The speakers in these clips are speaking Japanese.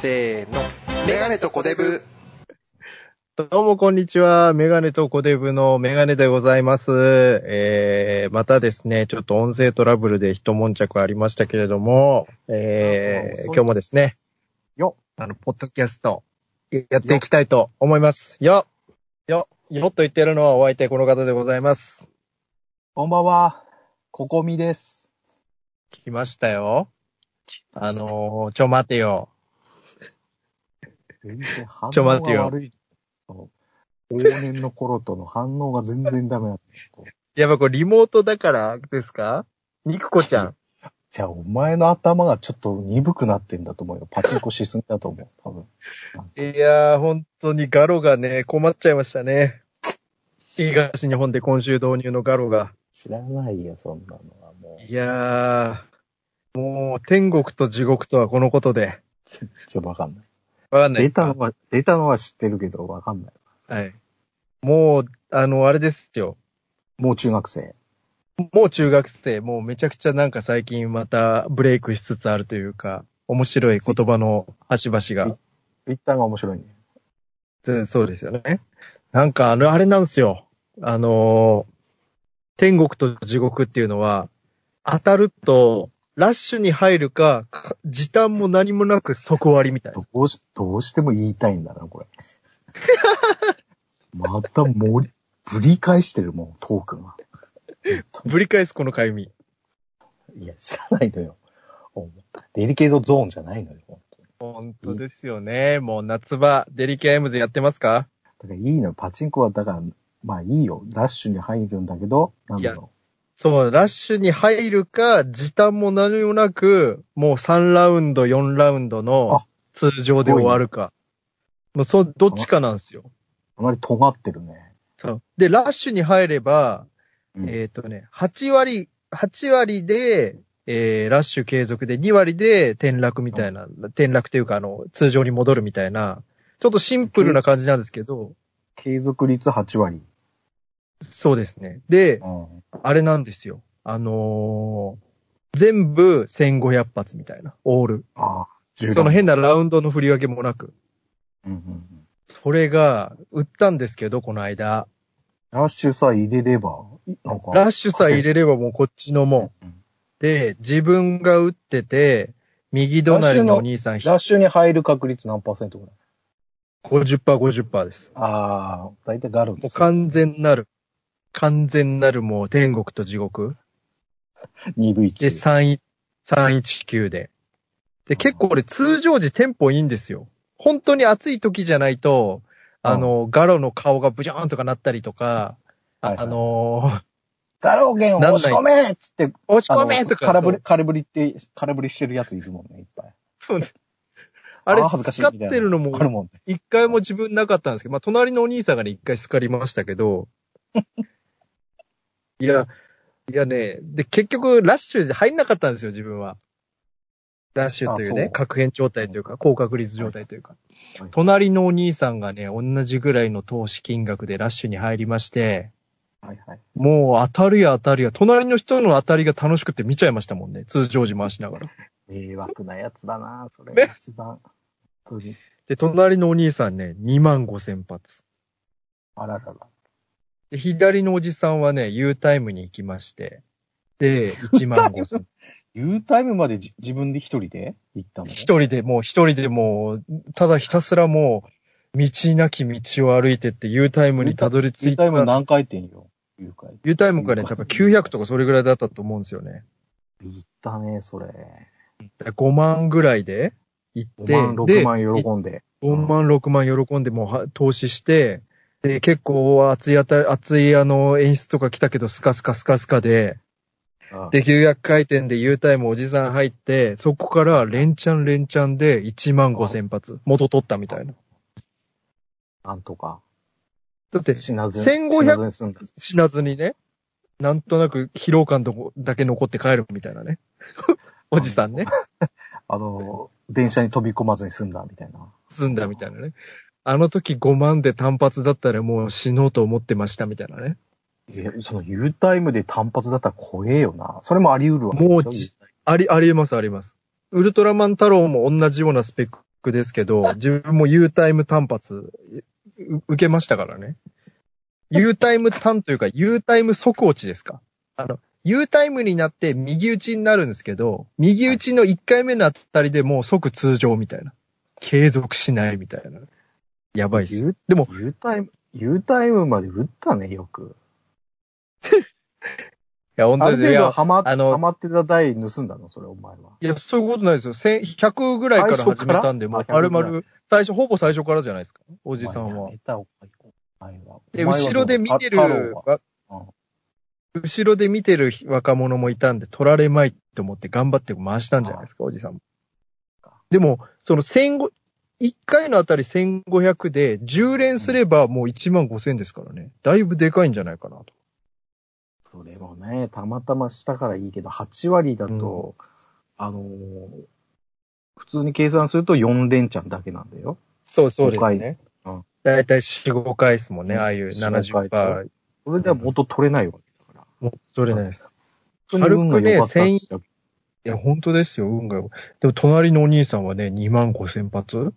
せーの。メガネとコデブ。 どうもこんにちは。メガネとコデブのメガネでございます。またですね、ちょっと音声トラブルで一悶着ありましたけれども、今日もですね、ポッドキャストやっていきたいと思います。よと言ってるのはお相手この方でございます。 こんばんは、ここみです。 来ましたよ。待てよ。 全然反応が悪い。往年の頃との反応が全然ダメだった。 やっぱこれリモートだからですか？ニクコちゃん。 じゃあお前の頭がちょっと鈍くなってんだと思うよ。パチンコしすぎだと思う。多分。 いやー、本当にガロがね、困っちゃいましたね。東日本で今週導入のガロが。 知らないよ、そんなのはもう。 いやー、もう天国と地獄とはこのことで。 全然わかんない。 わかんない。 出たのは知ってるけどわかんない。 はい。もう、あれですよ。 もう中学生。 もう中学生、もうめちゃくちゃなんか最近またブレイクしつつあるというか、面白い言葉の端々が。 ツイッターが面白いね。 そうですよね。なんかあれなんですよ。天国と地獄っていうのは、当たると、ラッシュに入るか、時短も何もなく即終わりみたいな。 どうしても言いたいんだな、これ。またぶり返してるもん、トークが。 ぶり返すこのかゆみ。 いや、知らないのよ。デリケートゾーンじゃないのよ。 本当ですよね。もう夏場、デリケームズやってますか？ だからいいのよ。パチンコは、だから、まあいいよ。ラッシュに入るんだけど、なんだろう。そう、ラッシュに入るか、時短も何もなく、もう3ラウンド、4ラウンドの通常で終わるか。もうどっちかなんですよ。 あまり尖ってるね。 そう。で、ラッシュに入れば、8割で、ラッシュ継続で2割で転落みたいな、転落というか通常に戻るみたいな、ちょっとシンプルな感じなんですけど。 継続率8割。 そうですね。で、あれなんですよ。全部1500発みたいな、オール。その変なラウンドの振り分けもなく。それが、売ったんですけど、この間。 ラッシュさえ入れれば、 ラッシュさえ入れればもうこっちのもん。で、自分が打ってて、右隣のお兄さん。 ラッシュに入る確率何%ぐらい？ 50%、50% です。 大体ガルです。 完全なるもう天国と地獄。 2分1。 で、319で。で、結構これ通常時テンポいいんですよ。本当に暑い時じゃないと、ガロの顔がブジョーンとかなったりとか、ガロゲンを押し込めっつって、 押し込めとか。 空振りしてるやついるもんね、いっぱい。 そうね。あれ、 恥ずかしいスカってるのも、一回も自分なかったんですけど、まあ、隣のお兄さんがね、一回スカりましたけど、いやね、で、結局、ラッシュで入んなかったんですよ、自分は。ラッシュというね、確変状態というか、高確率状態というか。隣のお兄さんがね、同じぐらいの投資金額でラッシュに入りまして、もう当たるや、隣の人の当たりが楽しくて見ちゃいましたもんね、通常時回しながら。 迷惑なやつだなそれが一番。 で、隣のお兄さんね、25,000発。 あららら。 で、左のおじさんはね、U タイムに行きまして、で、15,000。 U タイムまで自分で一人で行ったの？ 一人でもう、ただひたすらもう、道なき道を歩いてって U タイムにたどり着いて。 U タイム何回転よ？ U タイムがね、多分900とかそれぐらいだったと思うんですよね。 行ったね、それ。 5万ぐらいで行って、 5万、6万喜んで。 5万、6万喜んでもう投資して、で、結構熱い演出とか来たけどスカスカで、で、900回転で U タイムおじさん入って、そこから連チャンで15,000発元取ったみたいな。 なんとか。 だって、1500死なずにね、なんとなく疲労感だけ残って帰るみたいなね。おじさんね。 電車に飛び込まずに済んだみたいな。 ね。あの時5万で単発だったらもう死のうと思ってましたみたいなね。 その U タイムで単発だったら怖えよな。それもあり得るわ。 もうありえます。ウルトラマン太郎も同じようなスペックですけど、自分も U タイム単発、受けましたからね。U タイム単というか U タイム即落ちですか。U タイムになって右打ちになるんですけど、右打ちの1回目のあたりでもう即通常みたいな。継続しないみたいな。やばいっすよ。でも、 U タイムまで打ったね、よく。 いや、本当あるですよ。 程度ハマってた台盗んだのそれ、お前は。 いや、そういうことないですよ。100ぐらいから始めたんで、もう、丸々、ほぼ最初からじゃないですか。おじさんは。で、後ろで見てる若者もいたんで、取られまいと思って頑張って回したんじゃないですか、おじさんも。でも、その1回のあたり1500で、10連すればもう15000ですからね。だいぶでかいんじゃないかなと。 それもね、たまたましたからいいけど、8割だと、普通に計算すると4連チャンだけなんだよ。 そうですね。だいたい4、5回ですもんね、ああいう70%。 それでは元取れないわけだから。 元取れないです。 軽くね、 1000、いや、本当ですよ、運が。でも、隣のお兄さんはね、25000発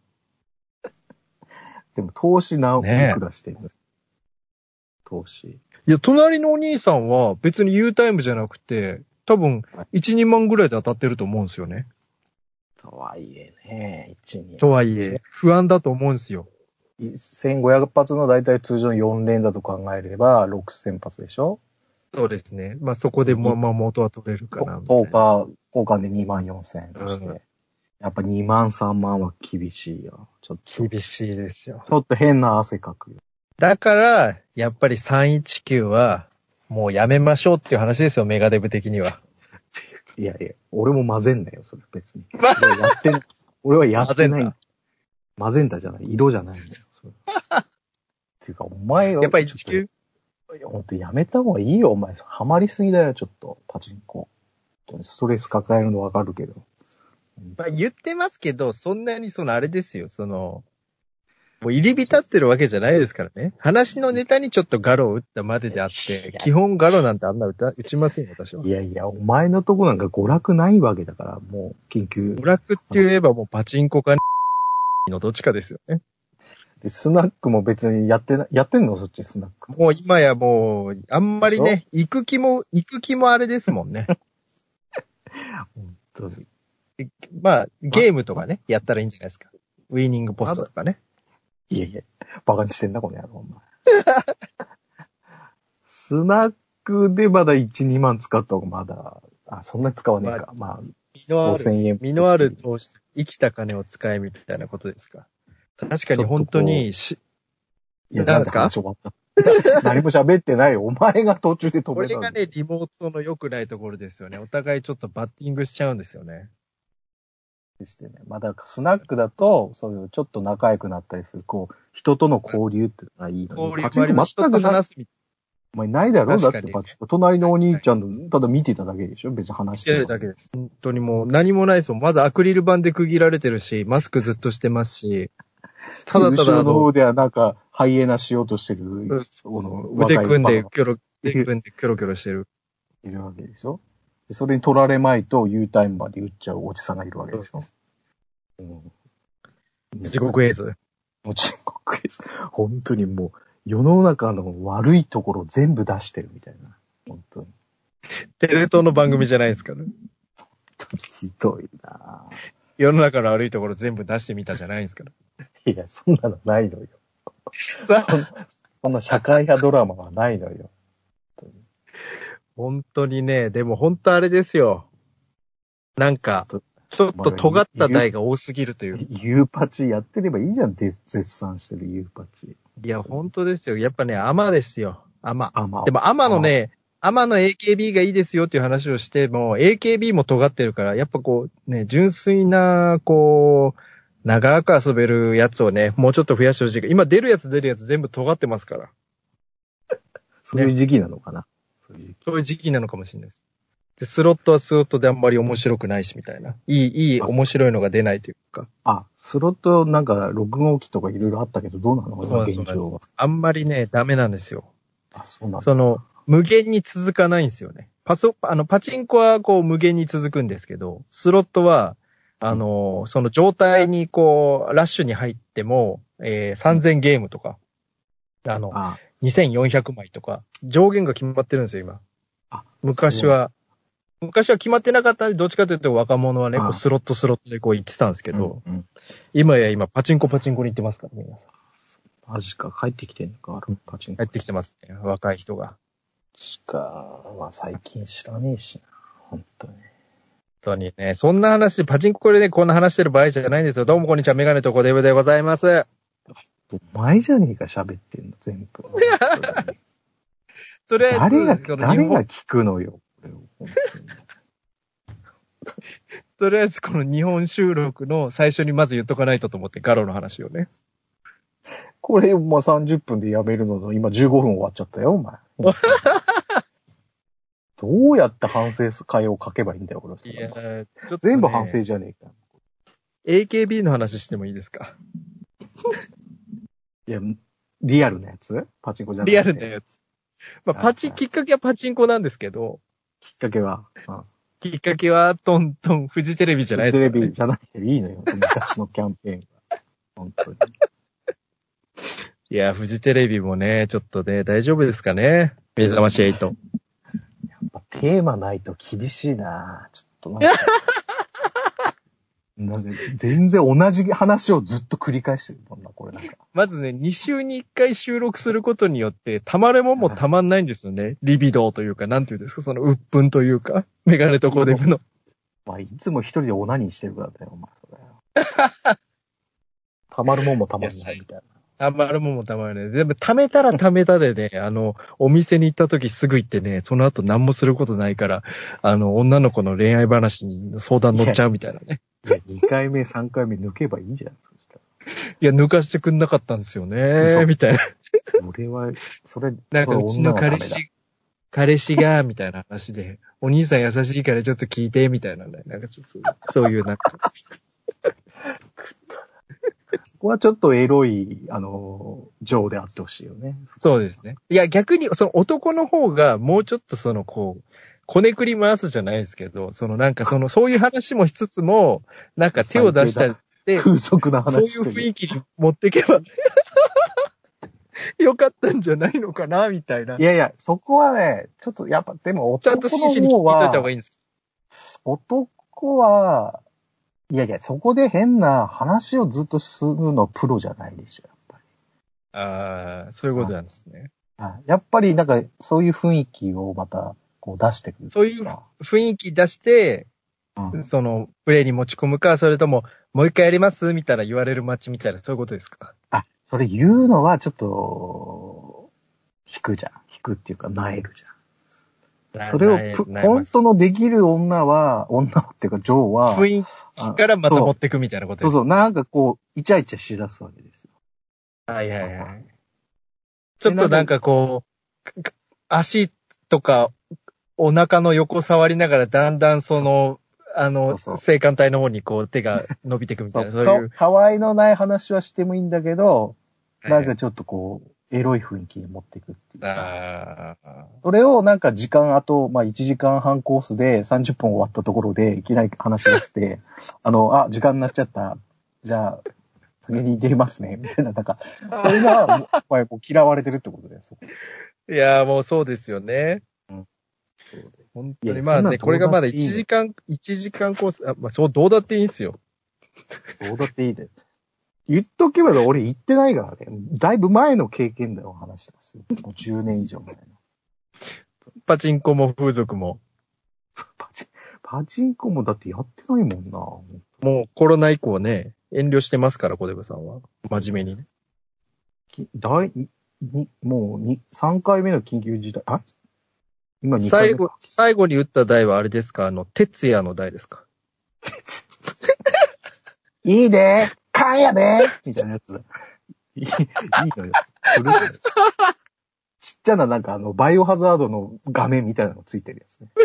でも、投資いくらしてるの、投資。 いや、隣のお兄さんは別に U タイムじゃなくて、多分、1、2万ぐらいで当たってると思うんですよね。 とはいえね、1、2。 とはいえ、不安だと思うんですよ。 1500発のだいたい通常の4連だと考えれば、6000発でしょ？ そうですね。まあ、そこでまあ元は取れるかな。 交換で24000として。やっぱ2万3万は厳しいよ。ちょっと。 厳しいですよ。 ちょっと変な汗かくよ。 だから、やっぱり319は、もうやめましょうっていう話ですよ、メガデブ的には。 いやいや、俺も混ぜんなよ、それ別に。俺はやってない。混ぜんだじゃない。色じゃないんだよ。っていうか、お前は。 やっぱり19？ ほんとやめた方がいいよ、お前。ハマりすぎだよ、ちょっと。パチンコ。ストレス抱えるのわかるけど。 まあ言ってますけど、そんなにあれですよ、もう入り浸ってるわけじゃないですからね。話のネタにちょっとガロを打ったまでであって、基本ガロなんてあんな打ちませんよ、私は。 いやいや、お前のとこなんか娯楽ないわけだから、もう、緊急。 娯楽って言えばもうパチンコかのどっちかですよね。 で、スナックも別にやってんのそっちスナック。 もう今やもう、あんまりね、行く気もあれですもんね。 本当に。 まあ、ゲームとかね、やったらいいんじゃないですか。ウィニングポストとかね。 いやいや、バカにしてんな、この野郎、お前。スナックでまだ1、2万使った方がまだ、そんなに使わねえか。まあ、5000円。 身のある投資、生きた金を使えみたいなことですか。確かに本当にいや、何ですか？何も喋ってないよ。お前が途中で止めた。 これがね、リモートの良くないところですよね。お互いちょっとバッティングしちゃうんですよね。 してね。まあ、だからスナックだと、そういうちょっと仲良くなったりする、人との交流ってのがいいのに。 交流も全く話すみたいな。 お前ないだろ？だって隣のお兄ちゃんの、ただ見てただけでしょ？別に話してるだけです。本当にもう何もないですもん。まずアクリル板で区切られてるし、マスクずっとしてますし、 ただ後ろの方ではなんか、ハイエナしようとしてる、 腕組んでキョロキョロしてる。 いるわけでしょ？それに取られまいと U タイムまで打っちゃうおじさんがいるわけでしょ？ 地獄絵図。 もう地獄絵図。本当にもう、世の中の悪いところ全部出してるみたいな。本当に。 テレ東の番組じゃないですから。 ひどいなぁ。 世の中の悪いところ全部出してみたじゃないですから。 いや、そんなのないのよ。そんな社会派ドラマはないのよ。 本当にね、でも本当あれですよ。なんか、ちょっと尖った台が多すぎるという。 U パチやってればいいじゃん、絶賛してる U パチ。 いや、本当ですよ。やっぱね、アマですよ。アマ。でもアマの AKB がいいですよっていう話をしても、AKB も尖ってるから、やっぱ純粋な、長く遊べるやつをね、もうちょっと増やしてほしい。今出るやつ全部尖ってますから。 そういう時期なのかな、 そういう時期なのかもしれないです。で、スロットはスロットであんまり面白くないしみたいな。いい面白いのが出ないというか。 スロットなんか録号機とかいろいろあったけどどうなの現状は。 あんまりね、ダメなんですよ。 そうなんだ。 無限に続かないんですよね。パチンコは無限に続くんですけど、スロットは、 その状態にこう、ラッシュに入っても、3000ゲームとか、2400枚とか、上限が決まってるんですよ、今。昔は決まってなかったんで、どっちかというと若者はね、こうスロットでこう行ってたんですけど、今パチンコに行ってますからね、皆さん。マジか、帰ってきてんのか、パチンコ。 帰ってきてますね、若い人が。 まあ最近知らねえしな、本当に。 本当にね、そんな話、パチンコこれね、こんな話してる場合じゃないんですよ。どうもこんにちは、メガネとコデブでございます。 お前じゃねえか、喋ってんの、全部。 とりあえず、 誰が聞くのよ、これを。 とりあえずこの日本収録の最初にまず言っとかないと思ってガロの話をね。 これ、まあ30分でやめるのの、今15分終わっちゃったよ、お前。どうやって反省会を書けばいいんだよ、これ。 いや、ちょっと、ね、 全部反省じゃねえか。 AKB の話してもいいですか？ いや、リアルなやつ？パチンコじゃなくて。 リアルなやつ。まあ、きっかけはパチンコなんですけど。 きっかけは、 きっかけは、トントン、フジテレビじゃないですか、ね。 フジテレビじゃなくていいのよ、昔のキャンペーンが。本当に。 いや、フジテレビもね、ちょっとね、大丈夫ですかね？目覚まし8。やっぱテーマないと厳しいな。ちょっとなんか。全然同じ話をずっと繰り返してるもんな、これなんか。 まずね、2週に1回収録することによって、たまるもんもたまんないんですよね。リビドーというか、なんていうんですか、その鬱憤というか、メガネとコデブの。 まあ、いつも一人でオナニーしてるからだよ、お前。たまるもんもたまんないみたいな。 たまるもんもたまるね。全部貯めたら貯めたでね、お店に行った時すぐ行ってね、その後何もすることないから、女の子の恋愛話に相談乗っちゃうみたいなね。 いや、2回目、3回目抜けばいいじゃん。 いや、抜かしてくんなかったんですよね、みたいな。なんかうちの彼氏が、みたいな話で、お兄さん優しいからちょっと聞いて、みたいなね。なんかちょっと、そういうなんか。 ここはちょっとエロい、ジョーであってほしいよね。 そうですね。いや、逆に、その男の方が、もうちょっとこねくり回すじゃないですけど、そういう話もしつつも、なんか手を出したり、 風俗な話そういう雰囲気に持っていけば、よかったんじゃないのかな、みたいな。 いやいや、そこはね、ちょっとやっぱ、でも男の方は、 ちゃんと真摯に聞いといた方がいいんです。 男は、いやいや、そこで変な話をずっとするのプロじゃないでしょ、やっぱり。 ああ、そういうことなんですね。 やっぱりなんか、そういう雰囲気をまた、こう出してくる。 そういう雰囲気出して、プレイに持ち込むか、それとも、もう一回やりますみたいな言われる街みたいな、そういうことですか？ それ言うのはちょっと、引くっていうか、萎えるじゃん。それを、本当のできる女っていうか、ジョーは、 雰囲気からまた持ってくみたいなことです。 そう、なんかこう、イチャイチャしだすわけですよ。 はいはいはい。ちょっとなんかこう、足とか、お腹の横触りながら、だんだん性感帯の方にこう手が伸びてくみたいな、そういう。 可愛いのない話はしてもいいんだけど、なんかちょっとこう、エロい雰囲気に持っていくっていうか。それをなんかあと、1時間半コースで30分終わったところで、いきなり話がして、時間になっちゃった。じゃあ、先に出ますね。みたいな、なんか、そういうのは、嫌われてるってことです。 いやーもうそうですよね。本当に、まあね、これがまだ1時間コース、そう、どうだっていいんですよ。 どうだっていいで。言っとけば俺言ってないからね。だいぶ前の経験だよ、話してますよ。もう10年以上前の。 パチンコも風俗も。 パチンコもだってやってないもんな。 もうコロナ以降ね、遠慮してますから、小出部さんは。真面目にね。 もう3回目の緊急事態。今2 回目。最後に打った台はあれですか？徹夜の台ですか？ いいねかんやでみたいなやつ。いいのよ。ちっちゃななんかバイオハザードの画面みたいなのついてるやつね。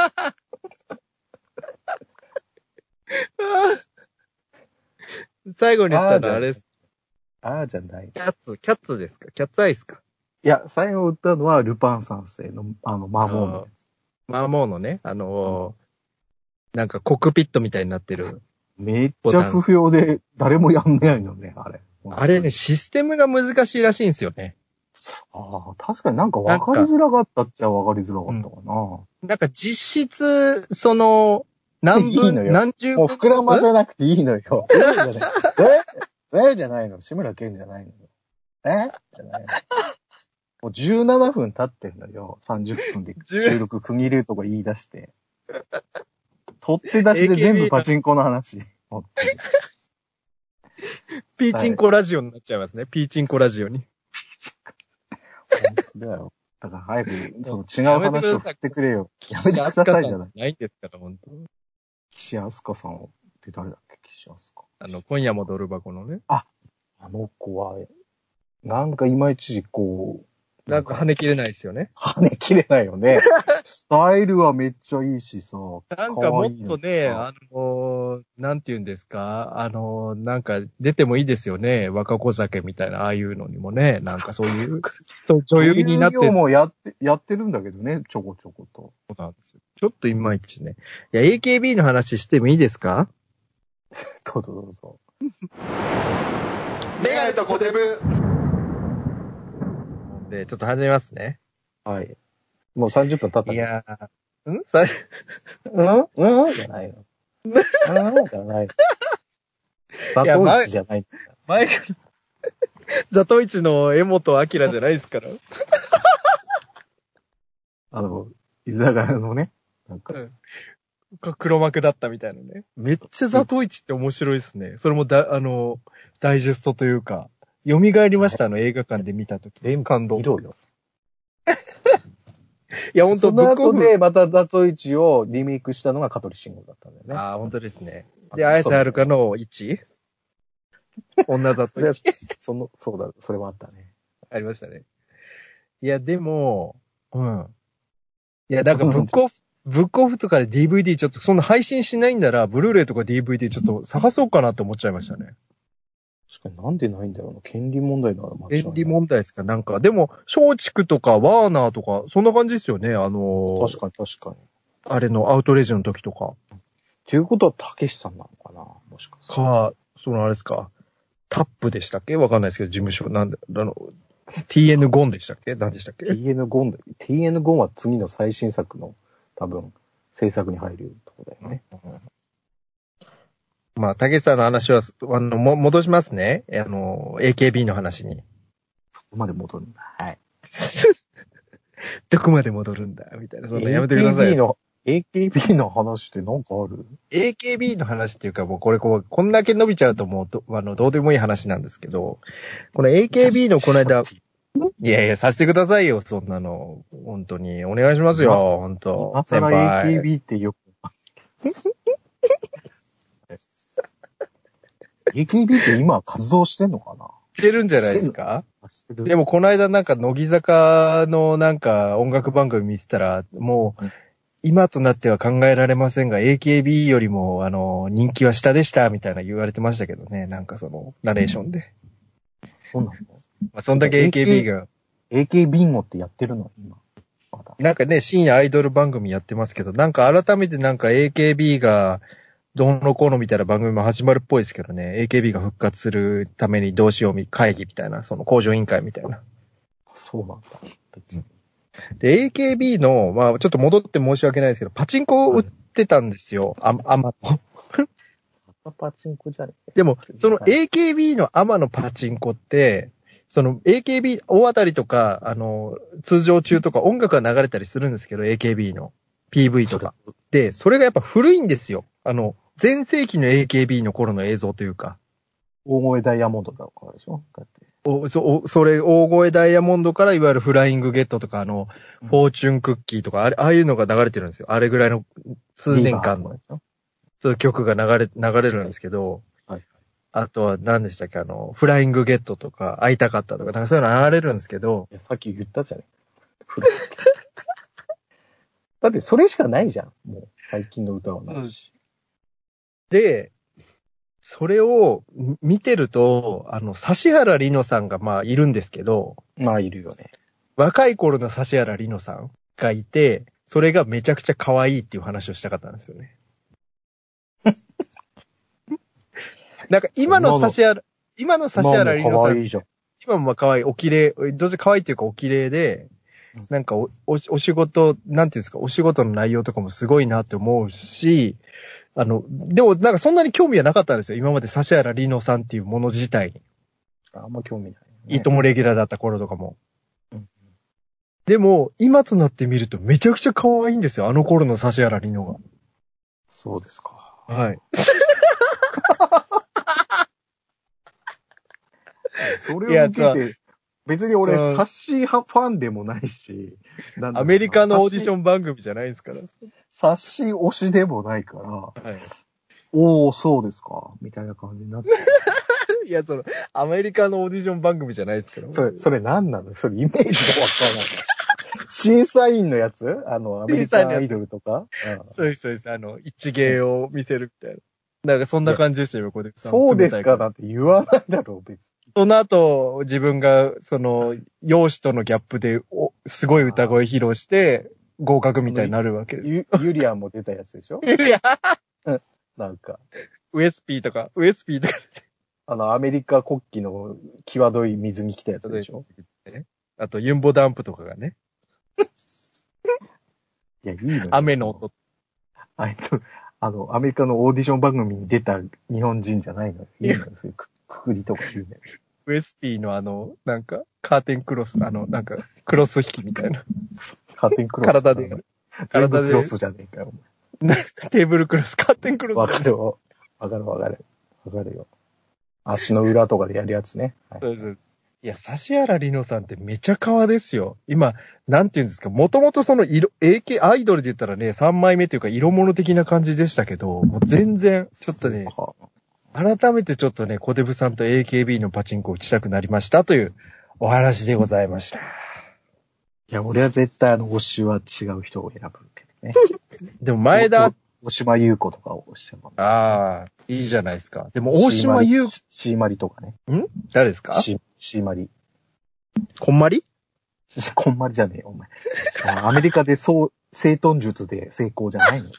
最後に言ったのはあれです。 じゃない。 キャッツですか？キャッツアイですか？ いや、最後打ったのはルパン三世のマモーノです。 マモーノね。なんかコックピットみたいになってる。 めっちゃ不評で誰もやんないのね、あれ。 あれね、システムが難しいらしいんですよね。 ああ、確かになんか分かりづらかったっちゃ分かりづらかったかな。 なんか実質、その、何分、 いいのよ何十分。 もう膨らませなくていいのよ。じゃないの。志村けんじゃないのよ。じゃないの。もう17分経ってんのよ。30分で収録区切るとか言い出して。取って出しで全部パチンコの話。 ピーチンコラジオになっちゃいますね。ピーチンコラジオに。 本当だよ。だから早く、その違う話を振ってくれよ。やめてくださいじゃない。 ないんですから、本当。 岸明日香さんって誰だっけ、岸明日香。 今夜もドル箱のね。 あの子は、なんかいまいちこう、 なんか跳ね切れないですよね。 跳ね切れないよね。スタイルはめっちゃいいしさ。 なんかもっとね、なんて言うんですか、なんか出てもいいですよね。若子酒みたいな、ああいうのにもね。なんかそういう、そう女優になって。 女優業もやってるんだけどね、ちょこちょこと。 そうなんですよ。ちょっといまいちね。いや、AKB の話してもいいですか？ どうぞどうぞ。 メガネとコデブ。 で、ちょっと始めますね。 はい。もう30分経った。 いやー、 じゃないの。じゃないの。ザトイチじゃない。 前から、ザトイチの江本明じゃないですから。 居酒屋のね、なんか。 黒幕だったみたいなね。めっちゃザトイチって面白いですね。それもダイジェストというか、蘇りました、映画館で見たとき。感動。 色よ。 いや、ほんと、 その後でまたザトイチをリメイクしたのが香取慎吾だったんだよね。 ああ、ほんとですね。で、綾瀬はるかの1女ザトイチ。 そうだ、それもあったね。 ありましたね。いや、でも、うん。いや、なんかブックオフとかで DVD ちょっと、そんな配信しないんなら、ブルーレイとか DVD ちょっと探そうかなって思っちゃいましたね。 確かになんでないんだろうな。権利問題なの権利問題ですかなんか、でも、松竹とかワーナーとか、そんな感じですよね。 確かに。 あれのアウトレイジの時とか。 っていうことは、たけしさんなのかなもしかして。 あれですか。タップでしたっけわかんないですけど、事務所、TN ゴンでしたっけ何でしたっけ ?TN ゴンは次の最新作の、多分、制作に入るとこだよね。 まあ、たけしさんの話は、戻しますね。AKB の話に。 そこまで戻るんだ。はい。 どこまで戻るんだみたいな。そんなやめてください。 AKB の話ってなんかある？ AKB の話っていうか、もうこんだけ伸びちゃうともうどうでもいい話なんですけど、この AKB のこの間、いや、させてくださいよ、そんなの。本当に。お願いしますよ、本当。 今更 AKB ってよく。AKB って今活動してんのかな？ してるんじゃないですか？でもこの間なんか乃木坂のなんか音楽番組見てたら、もう、今となっては考えられませんが、AKB よりも人気は下でしたみたいな言われてましたけどね。なんかそのナレーションで。 そうなの？ まあ、そんだけ AKB が。 AK ビンゴってやってるの今。 なんかね、深夜アイドル番組やってますけど、なんか改めてなんか AKB が、どうのこうのみたいな番組も始まるっぽいですけどね。AKB が復活するためにどうしよう会議みたいな、その工場委員会みたいな。 そうなんだ。 で、AKB の、まあちょっと戻って申し訳ないですけど、パチンコを売ってたんですよ。 パチンコじゃねえ。 でも、その AKB のアマのパチンコって、その AKB 大当たりとか、通常中とか音楽が流れたりするんですけど、AKB の PV とか。で、それがやっぱ古いんですよ。前世紀の AKB の頃の映像というか。 大声ダイヤモンドだからでしょだって。 それ、大声ダイヤモンドからいわゆるフライングゲットとかフォーチュンクッキーとか、ああいうのが流れてるんですよ。あれぐらいの数年間の。そういう曲が流れるんですけど、はい、あとは何でしたっけフライングゲットとか、会いたかったとか、なんかそういうの流れるんですけど。 いやさっき言ったじゃねだってそれしかないじゃん。もう、最近の歌はないし。 で、それを見てると、指原莉乃さんがまあいるんですけど。 まあいるよね。 若い頃の指原莉乃さんがいて、それがめちゃくちゃ可愛いっていう話をしたかったんですよね。 なんか今の指原莉乃さん。 可愛いじゃん。 今も可愛い、お綺麗、どうせ可愛いっていうかお綺麗で、なんかお仕事、なんていうんですか、お仕事の内容とかもすごいなって思うし、でもなんかそんなに興味はなかったんですよ。今まで指原莉乃さんっていうもの自体に。 あんま興味ない、ね。 いいともレギュラーだった頃とかも。 うん、 でも、今となってみるとめちゃくちゃ可愛いんですよ。あの頃の指原莉乃が。 そうですか。 はい。 それを見てて、別に俺、サッシー派ファンでもないし、 アメリカのオーディション番組じゃないですから。 サッシー推しでもないから、はい、おー、そうですか、みたいな感じになって。 いや、アメリカのオーディション番組じゃないですから。 それ何なの？それイメージがわからない。審査員のやつ？アメリカアイドルとか、 そうです、そうです。一芸を見せるみたいな。なんかそんな感じでしたよ、これ。 そうですかなんて言わないだろう、別に。 その後、自分が、容姿とのギャップで、すごい歌声披露して、合格みたいになるわけです。 ユリアンも出たやつでしょ？ ユリアンなんか。 ウエスピーとか。 アメリカ国旗の際どい水着着たやつでしょ？ あと、ユンボダンプとかがね。 いや、いいのよ。 雨の音。 アメリカのオーディション番組に出た日本人じゃないのよ。いいのよ。そういうくくりとか言うね。 ウエスピーのなんか、カーテンクロス、なんか、クロス引きみたいな。 カーテンクロス。 体で。 クロスじゃねえかよ。 テーブルクロス、カーテンクロス。 わかるよ。わかるよ。足の裏とかでやるやつね。 はい、そう。いや、指原莉乃さんってめちゃかわですよ。今、なんて言うんですか、もともとAK アイドルで言ったらね、3枚目というか色物的な感じでしたけど、もう全然、ちょっとね、改めてちょっとね、小デブさんと AKB のパチンコを打ちたくなりましたというお話でございました。いや、俺は絶対推しは違う人を選ぶけどね。 でも前田、 大島優子とかを推しても。 ああ、いいじゃないですか。でも大島優子。 シーマリとかね。 誰ですか？ シーマリ。 こんまり？ こんまりじゃねえよ、お前。アメリカで整頓術で成功じゃないのよ。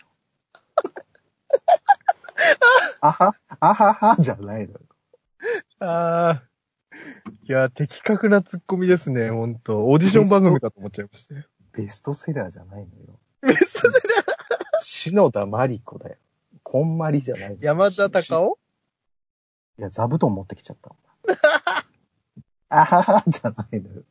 あはじゃないのよ。 ああ。いや、的確なツッコミですね、ほんと。オーディション番組かと思っちゃいましたよ。 ベストセラーじゃないのよ。 ベストセラー篠田麻里子だよ。こんまりじゃないのよ。 山田隆夫？ いや、座布団持ってきちゃった。あははじゃないのよ。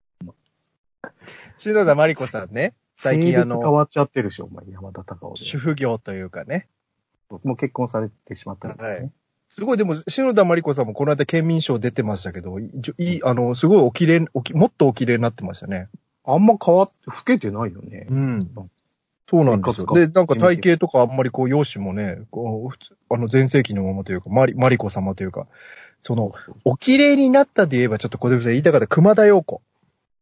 篠田麻里子さんね。最近性別変わっちゃってるし、お前、山田隆夫で。 主婦業というかね。 もう結婚されてしまったんですね。はい。 すごい、でも、篠田麻里子さんもこの間県民賞出てましたけど、すごいお綺麗、もっとお綺麗になってましたね。 あんま老けてないよね。 うん。そうなんですよ。で、なんか体型とかあんまり容姿もね、前世紀のままというか、マリコ様というか、お綺麗になったで言えばちょっと小出さん言いたかった熊田曜子。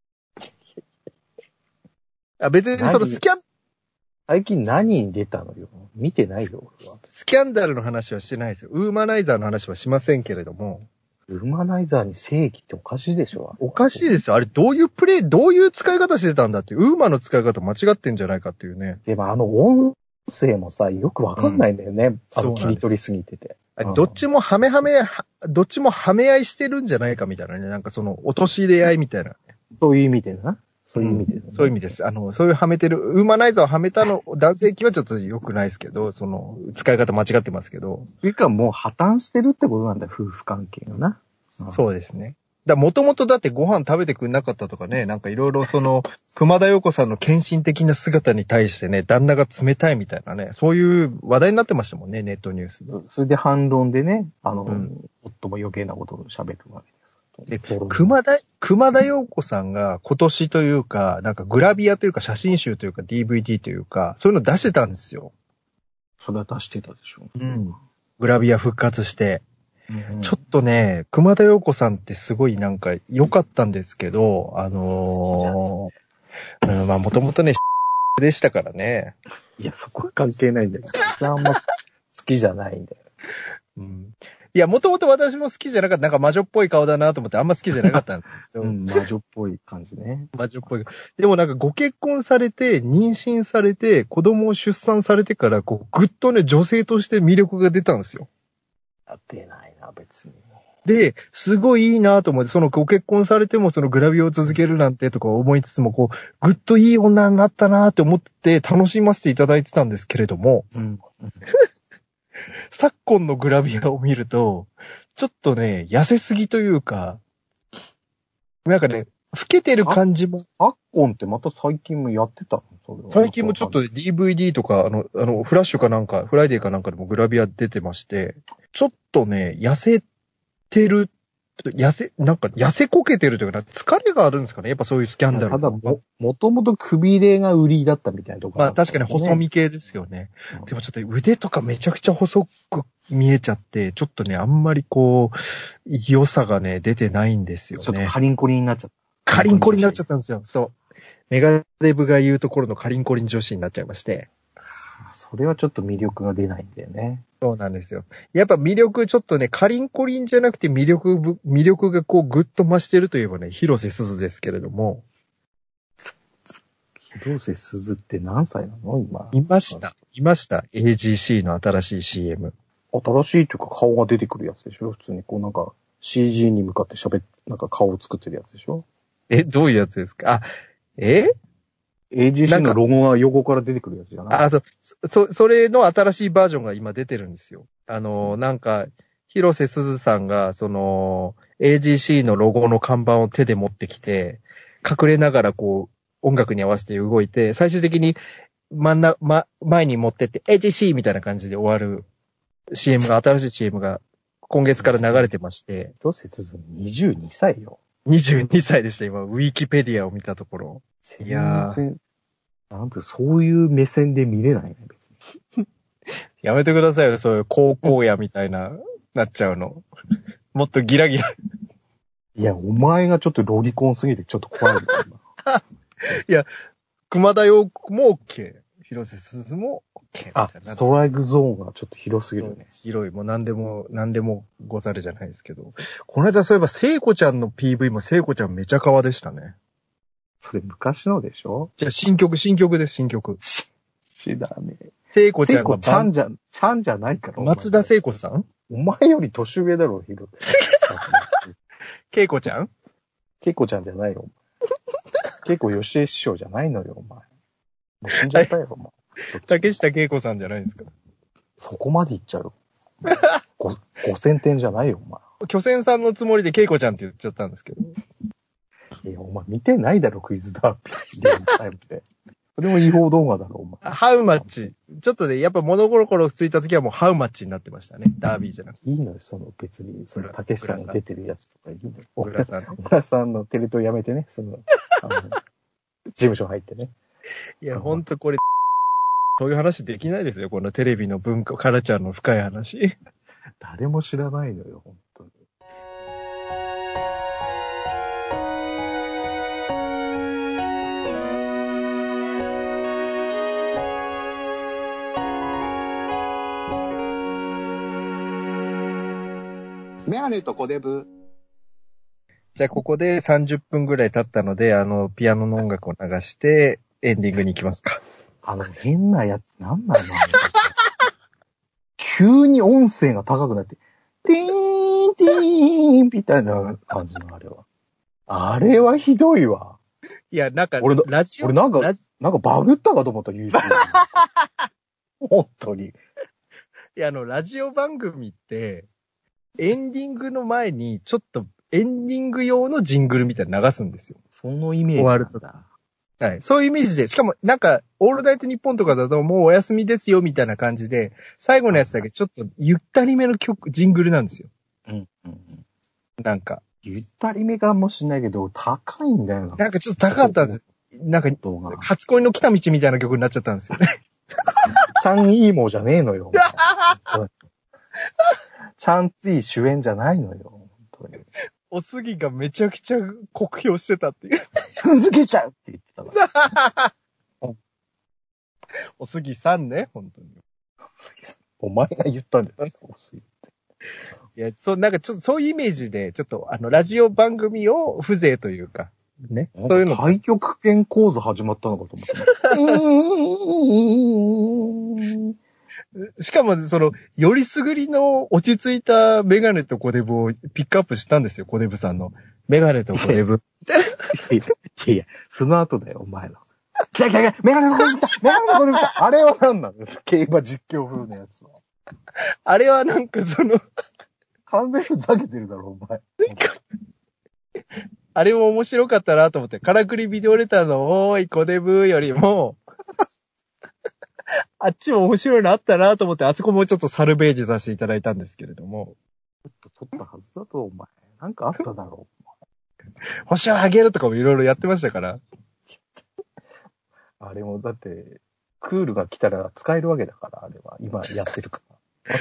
別に最近何に出たのよ。見てないよ、俺は。 スキャンダルの話はしてないですよ。ウーマナイザーの話はしませんけれども。 ウーマナイザーに正義っておかしいでしょ。 おかしいですよ。あれどういう使い方してたんだっていう。ウーマの使い方間違ってんじゃないかっていうね。 でも音声もさ、よくわかんないんだよね。切り取りすぎてて。 どっちもはめ合いしてるんじゃないかみたいなね。なんか落とし入れ合いみたいな。 そういう意味でな。そういう意味で、ねそういう意味です。そういうはめてる、ウーマナイザーをはめた男性器はちょっと良くないですけど、使い方間違ってますけど。 というかもう破綻してるってことなんだよ、夫婦関係がな。 そうですね。もともとだってご飯食べてくんなかったとかね、なんかいろいろ熊田曜子さんの献身的な姿に対してね、旦那が冷たいみたいなね、そういう話題になってましたもんね、ネットニュースで。 それで反論でね、夫も余計なことを喋るわけです。 で、熊田曜子さんが今年というか、なんかグラビアというか写真集というか DVD というか、そういうの出してたんですよ。 それは出してたでしょ。 うん。グラビア復活して。 ちょっとね、熊田曜子さんってすごいなんか良かったんですけど、まあもともとね、でしたからね。 いや、そこは関係ないんだよ。あんま好きじゃないんだよ。 うん。いや、もともと私も好きじゃなかった。なんか魔女っぽい顔だなと思ってあんま好きじゃなかったんですけど。 魔女っぽい感じね。 魔女っぽい。でもなんかご結婚されて、妊娠されて、子供を出産されてから、ぐっとね、女性として魅力が出たんですよ。 やってないな、別に。 で、すごいいいなと思って、そのご結婚されてもそのグラビアを続けるなんてとか思いつつも、こう、ぐっといい女になったなって思って楽しませていただいてたんですけれども、 うん。 昨今のグラビアを見ると、ちょっとね、痩せすぎというか、なんかね、老けてる感じも。 昨今ってまた最近もやってたの？それは最近もちょっと DVD とか、フラッシュかなんか、フライデーかなんかでもグラビア出てまして、ちょっとね、痩せこけてるというか、疲れがあるんですかねやっぱそういうスキャンダル。 ただもともとくびれが売りだったみたいなところ、 まあ確かに細身系ですよね。でもちょっと腕とかめちゃくちゃ細く見えちゃって、ちょっとね、あんまりこう、良さがね、出てないんですよね。 ちょっとカリンコリンになっちゃった。 カリンコリンになっちゃったんですよ。そう。メガデブが言うところのカリンコリン女子になっちゃいまして。 それはちょっと魅力が出ないんだよね。 そうなんですよ。やっぱ魅力ちょっとね、カリンコリンじゃなくて魅力がこうぐっと増してるといえばね、広瀬すずですけれども。 広瀬すずって何歳なの今。 いました。AGC の新しい CM。 新しいというか顔が出てくるやつでしょ普通にこうなんか CG に向かってなんか顔を作ってるやつでしょどういうやつですか AGC のロゴが横から出てくるやつじゃないそれの新しいバージョンが今出てるんですよ。なんか、広瀬すずさんが、AGC のロゴの看板を手で持ってきて、隠れながらこう、音楽に合わせて動いて、最終的に前に持ってって、AGC みたいな感じで終わる CM が、新しい CM が今月から流れてまして。 広瀬すず22歳よ。 22歳でした、今。ウィキペディアを見たところ。いやー。 なんてそういう目線で見れないね、別に。 やめてくださいよ、そういう高校やみたいな、なっちゃうの。もっとギラギラ。 いや、お前がちょっとロリコンすぎてちょっと怖いよ。 いや、熊田曜子も OK。広瀬すずも OK。 ストライクゾーンがちょっと広すぎるね。 広い。もう何でもござるじゃないですけど。この間そういえば聖子ちゃんの PV も聖子ちゃんめちゃかわでしたね。 それ昔のでしょ？ じゃあ新曲です、新曲。 知らねえ。 聖子ちゃんがちゃんじゃないから。 松田聖子さん？ お前より年上だろ、ヒロ。 恵子ちゃん？ 恵子ちゃんじゃないよ。恵子吉江師匠じゃないのよ、お前。もう死んじゃったよ、お前。 竹下恵子さんじゃないんですか？ そこまで言っちゃうよ。5000点じゃないよ、お前。 巨泉さんのつもりで恵子ちゃんって言っちゃったんですけど。 いや、お前見てないだろ、クイズダービー。リアルタイムで。それも違法動画だろ、お前。 ハウマッチ。ちょっとね、やっぱ物心ついた時はもうハウマッチになってましたね。ダービーじゃなくて。 いいのよ、別に、竹下さんが出てるやつとかいいのよ。 小倉さん。 小倉さんのテレ東やめてね、事務所入ってね。 いや、ほんとこれ、そういう話できないですよ、このテレビの文化、カルチャーの深い話。 誰も知らないのよ、ほんとに。 メガネとコデブ。 じゃあここで30分ぐらい経ったので、ピアノの音楽を流して、エンディングに行きますか。 変なやつ、なんなの急に音声が高くなって、ティーン、ティーンみたいな感じのあれは。あれはひどいわ。 いや、なんか、 俺なんかバグったかと思った、YouTube。本当に。 いや、ラジオ番組って、エンディングの前に、ちょっと、エンディング用のジングルみたいなの流すんですよ。 そのイメージ。 終わると。はい。そういうイメージで、しかも、なんか、オールナイトニッポンとかだと、もうお休みですよ、みたいな感じで、最後のやつだけちょっと、ゆったりめのジングルなんですよ。なんか。 ゆったりめかもしれないけど、高いんだよな。 なんかちょっと高かったんです。なんか、初恋の来た道みたいな曲になっちゃったんですよね。 ちゃんいいもじゃねえのよ。ちゃんつい主演じゃないのよ。本当におすぎがめちゃくちゃ酷評してたっていう。 踏んづけちゃうって言ってたから。 おすぎさんね、本当に。 お前が言ったんじゃないおすぎって。 いや、なんかちょっとそういうイメージで、ちょっとラジオ番組を風情というか、ね。そういうの。 太極拳講座始まったのかと思って。 しかも、よりすぐりの落ち着いたメガネとコデブをピックアップしたんですよ、コデブさんの。メガネとコデブ。 いや、その後だよ、お前の。来た、メガネとコデブ来た、メガネとコデブ来た。あれは何なの？競馬実況風のやつは。 あれはなんか完全ふざけてるだろ、お前。 あれも面白かったなと思って、からくりビデオレターのおーいコデブよりも、あっちも面白いのあったなと思って、あそこもちょっとサルベージさせていただいたんですけれども。 ちょっと撮ったはずだと、お前。なんかあっただろう。 星をあげるとかもいろいろやってましたから。 あれも、だって、クールが来たら使えるわけだから、あれは。今やってるから。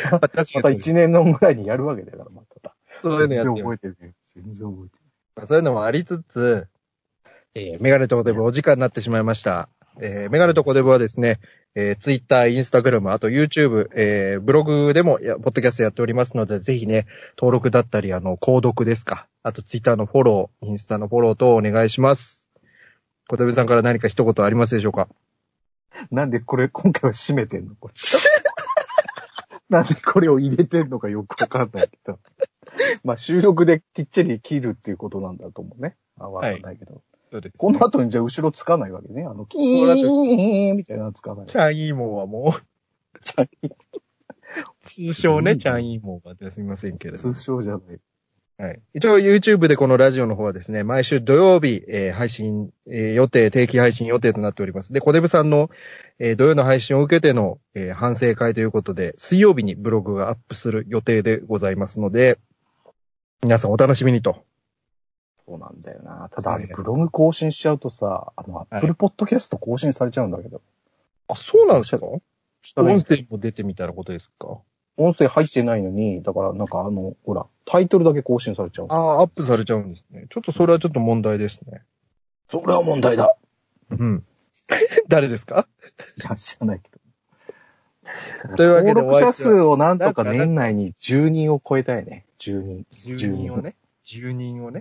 また1年のぐらいにやるわけだから、また。 そういうのやって全然覚えてるね。全然覚えてる。 そういうのもありつつ、メガネとコデブお時間になってしまいました。メガネとコデブはですね、ツイッター、インスタグラム、あと YouTube、ブログでもポッドキャストやっておりますので、ぜひね、登録だったり、購読ですか。あとツイッターのフォロー、インスタのフォローとお願いします。コデブさんから何か一言ありますでしょうか？ なんでこれ、今回は締めてんのこれ。なんでこれを入れてんのかよくわかんないけど。まあ収録できっちり切るっていうことなんだと思うね。わかんないけど。 そうですね、 この後にじゃあ後ろつかないわけね。キーンみたいなのつかない。 チャンイーモーはもう、 チャンイー通称ね、チャンイーモーはすみませんけれども。 通称じゃない。 はい。一応 YouTube でこのラジオの方はですね、毎週土曜日、配信、予定、定期配信予定となっております。で、コデブさんの、土曜の配信を受けての、反省会ということで、水曜日にブログがアップする予定でございますので、皆さんお楽しみにと。 そうなんだよな。ただ、ブログ更新しちゃうとさ、Apple Podcast 更新されちゃうんだけど。 あ、そうなんですか？音声も出てみたいなことですか？ 音声入ってないのに、だからなんかほら、タイトルだけ更新されちゃう。 ああ、アップされちゃうんですね。ちょっとそれはちょっと問題ですね。 それは問題だ。 うん。誰ですか？ いや、知らないけど。 というわけで、 登録者数をなんとか年内に10人を超えたいね。10人。 10人をね。10人をね。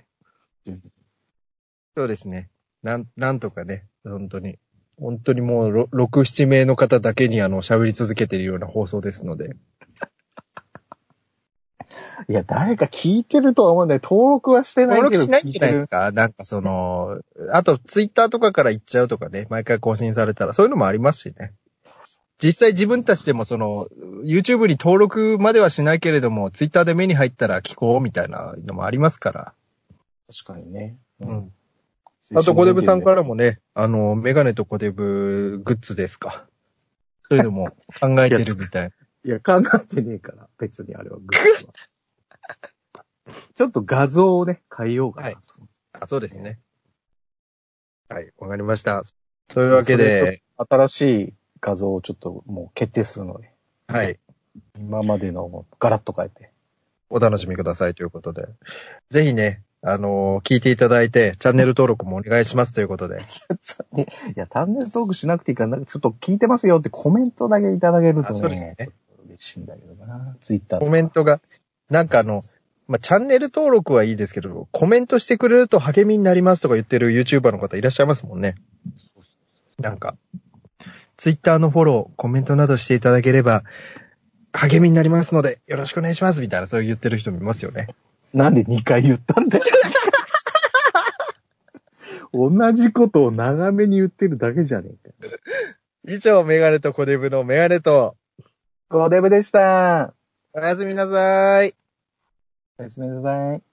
そうですね。なんとかね、本当にもう6、7名の方だけに喋り続けているような放送ですので。 いや、誰か聞いてるとは思うんだよ。登録はしてないけど。 登録しないんじゃないですか？なんかあとツイッターとかから行っちゃうとかね、毎回更新されたら、そういうのもありますしね。実際自分たちでもYouTube に登録まではしないけれども、ツイッターで目に入ったら聞こうみたいなのもありますから。 確かにね。 うん。あと、コデブさんからもね、メガネとコデブグッズですか。そういうのも考えてるみたい。 いや、考えてねえから、別にあれはグッズは。ちょっと画像をね、変えようかなと。 はい。そうですね。はい、わかりました。というわけで、 新しい画像をちょっともう決定するので。 はい。 今までのをガラッと変えて。 お楽しみくださいということで。ぜひね、聞いていただいて、チャンネル登録もお願いしますということで。 いや、チャンネル登録しなくていいから、ちょっと聞いてますよってコメントだけいただけるとね、 そうですね。 嬉しいんだけどな。ツイッターコメントが、なんかチャンネル登録はいいですけど、コメントしてくれると励みになりますとか言ってる YouTuber の方いらっしゃいますもんね。なんか、ツイッターのフォロー、コメントなどしていただければ、励みになりますので、よろしくお願いしますみたいな、そう言ってる人もいますよね。 なんで2回言ったんだよ。同じことを長めに言ってるだけじゃねえか。 以上、メガネとコデブのメガネと、 コデブでした。 おやすみなさい。 おやすみなさい。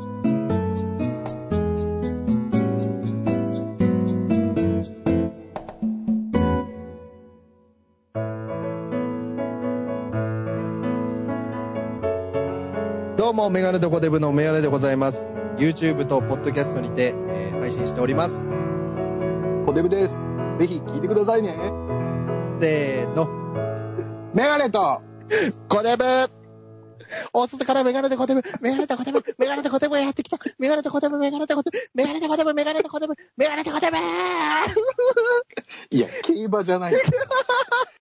どうも、メガネとコデブのメガネでございます。YouTube とポッドキャストにて、配信しております。 コデブです。ぜひ聞いてくださいね。 せーの。 メガネとコデブ大外からメガネとコデブ、メガネとコデブ、メガネとコデブがやってきた。メガネとコデブ、メガネとコデブ、メガネとコデブ、メガネとコデブ、メガネとコデブいや、競馬じゃない。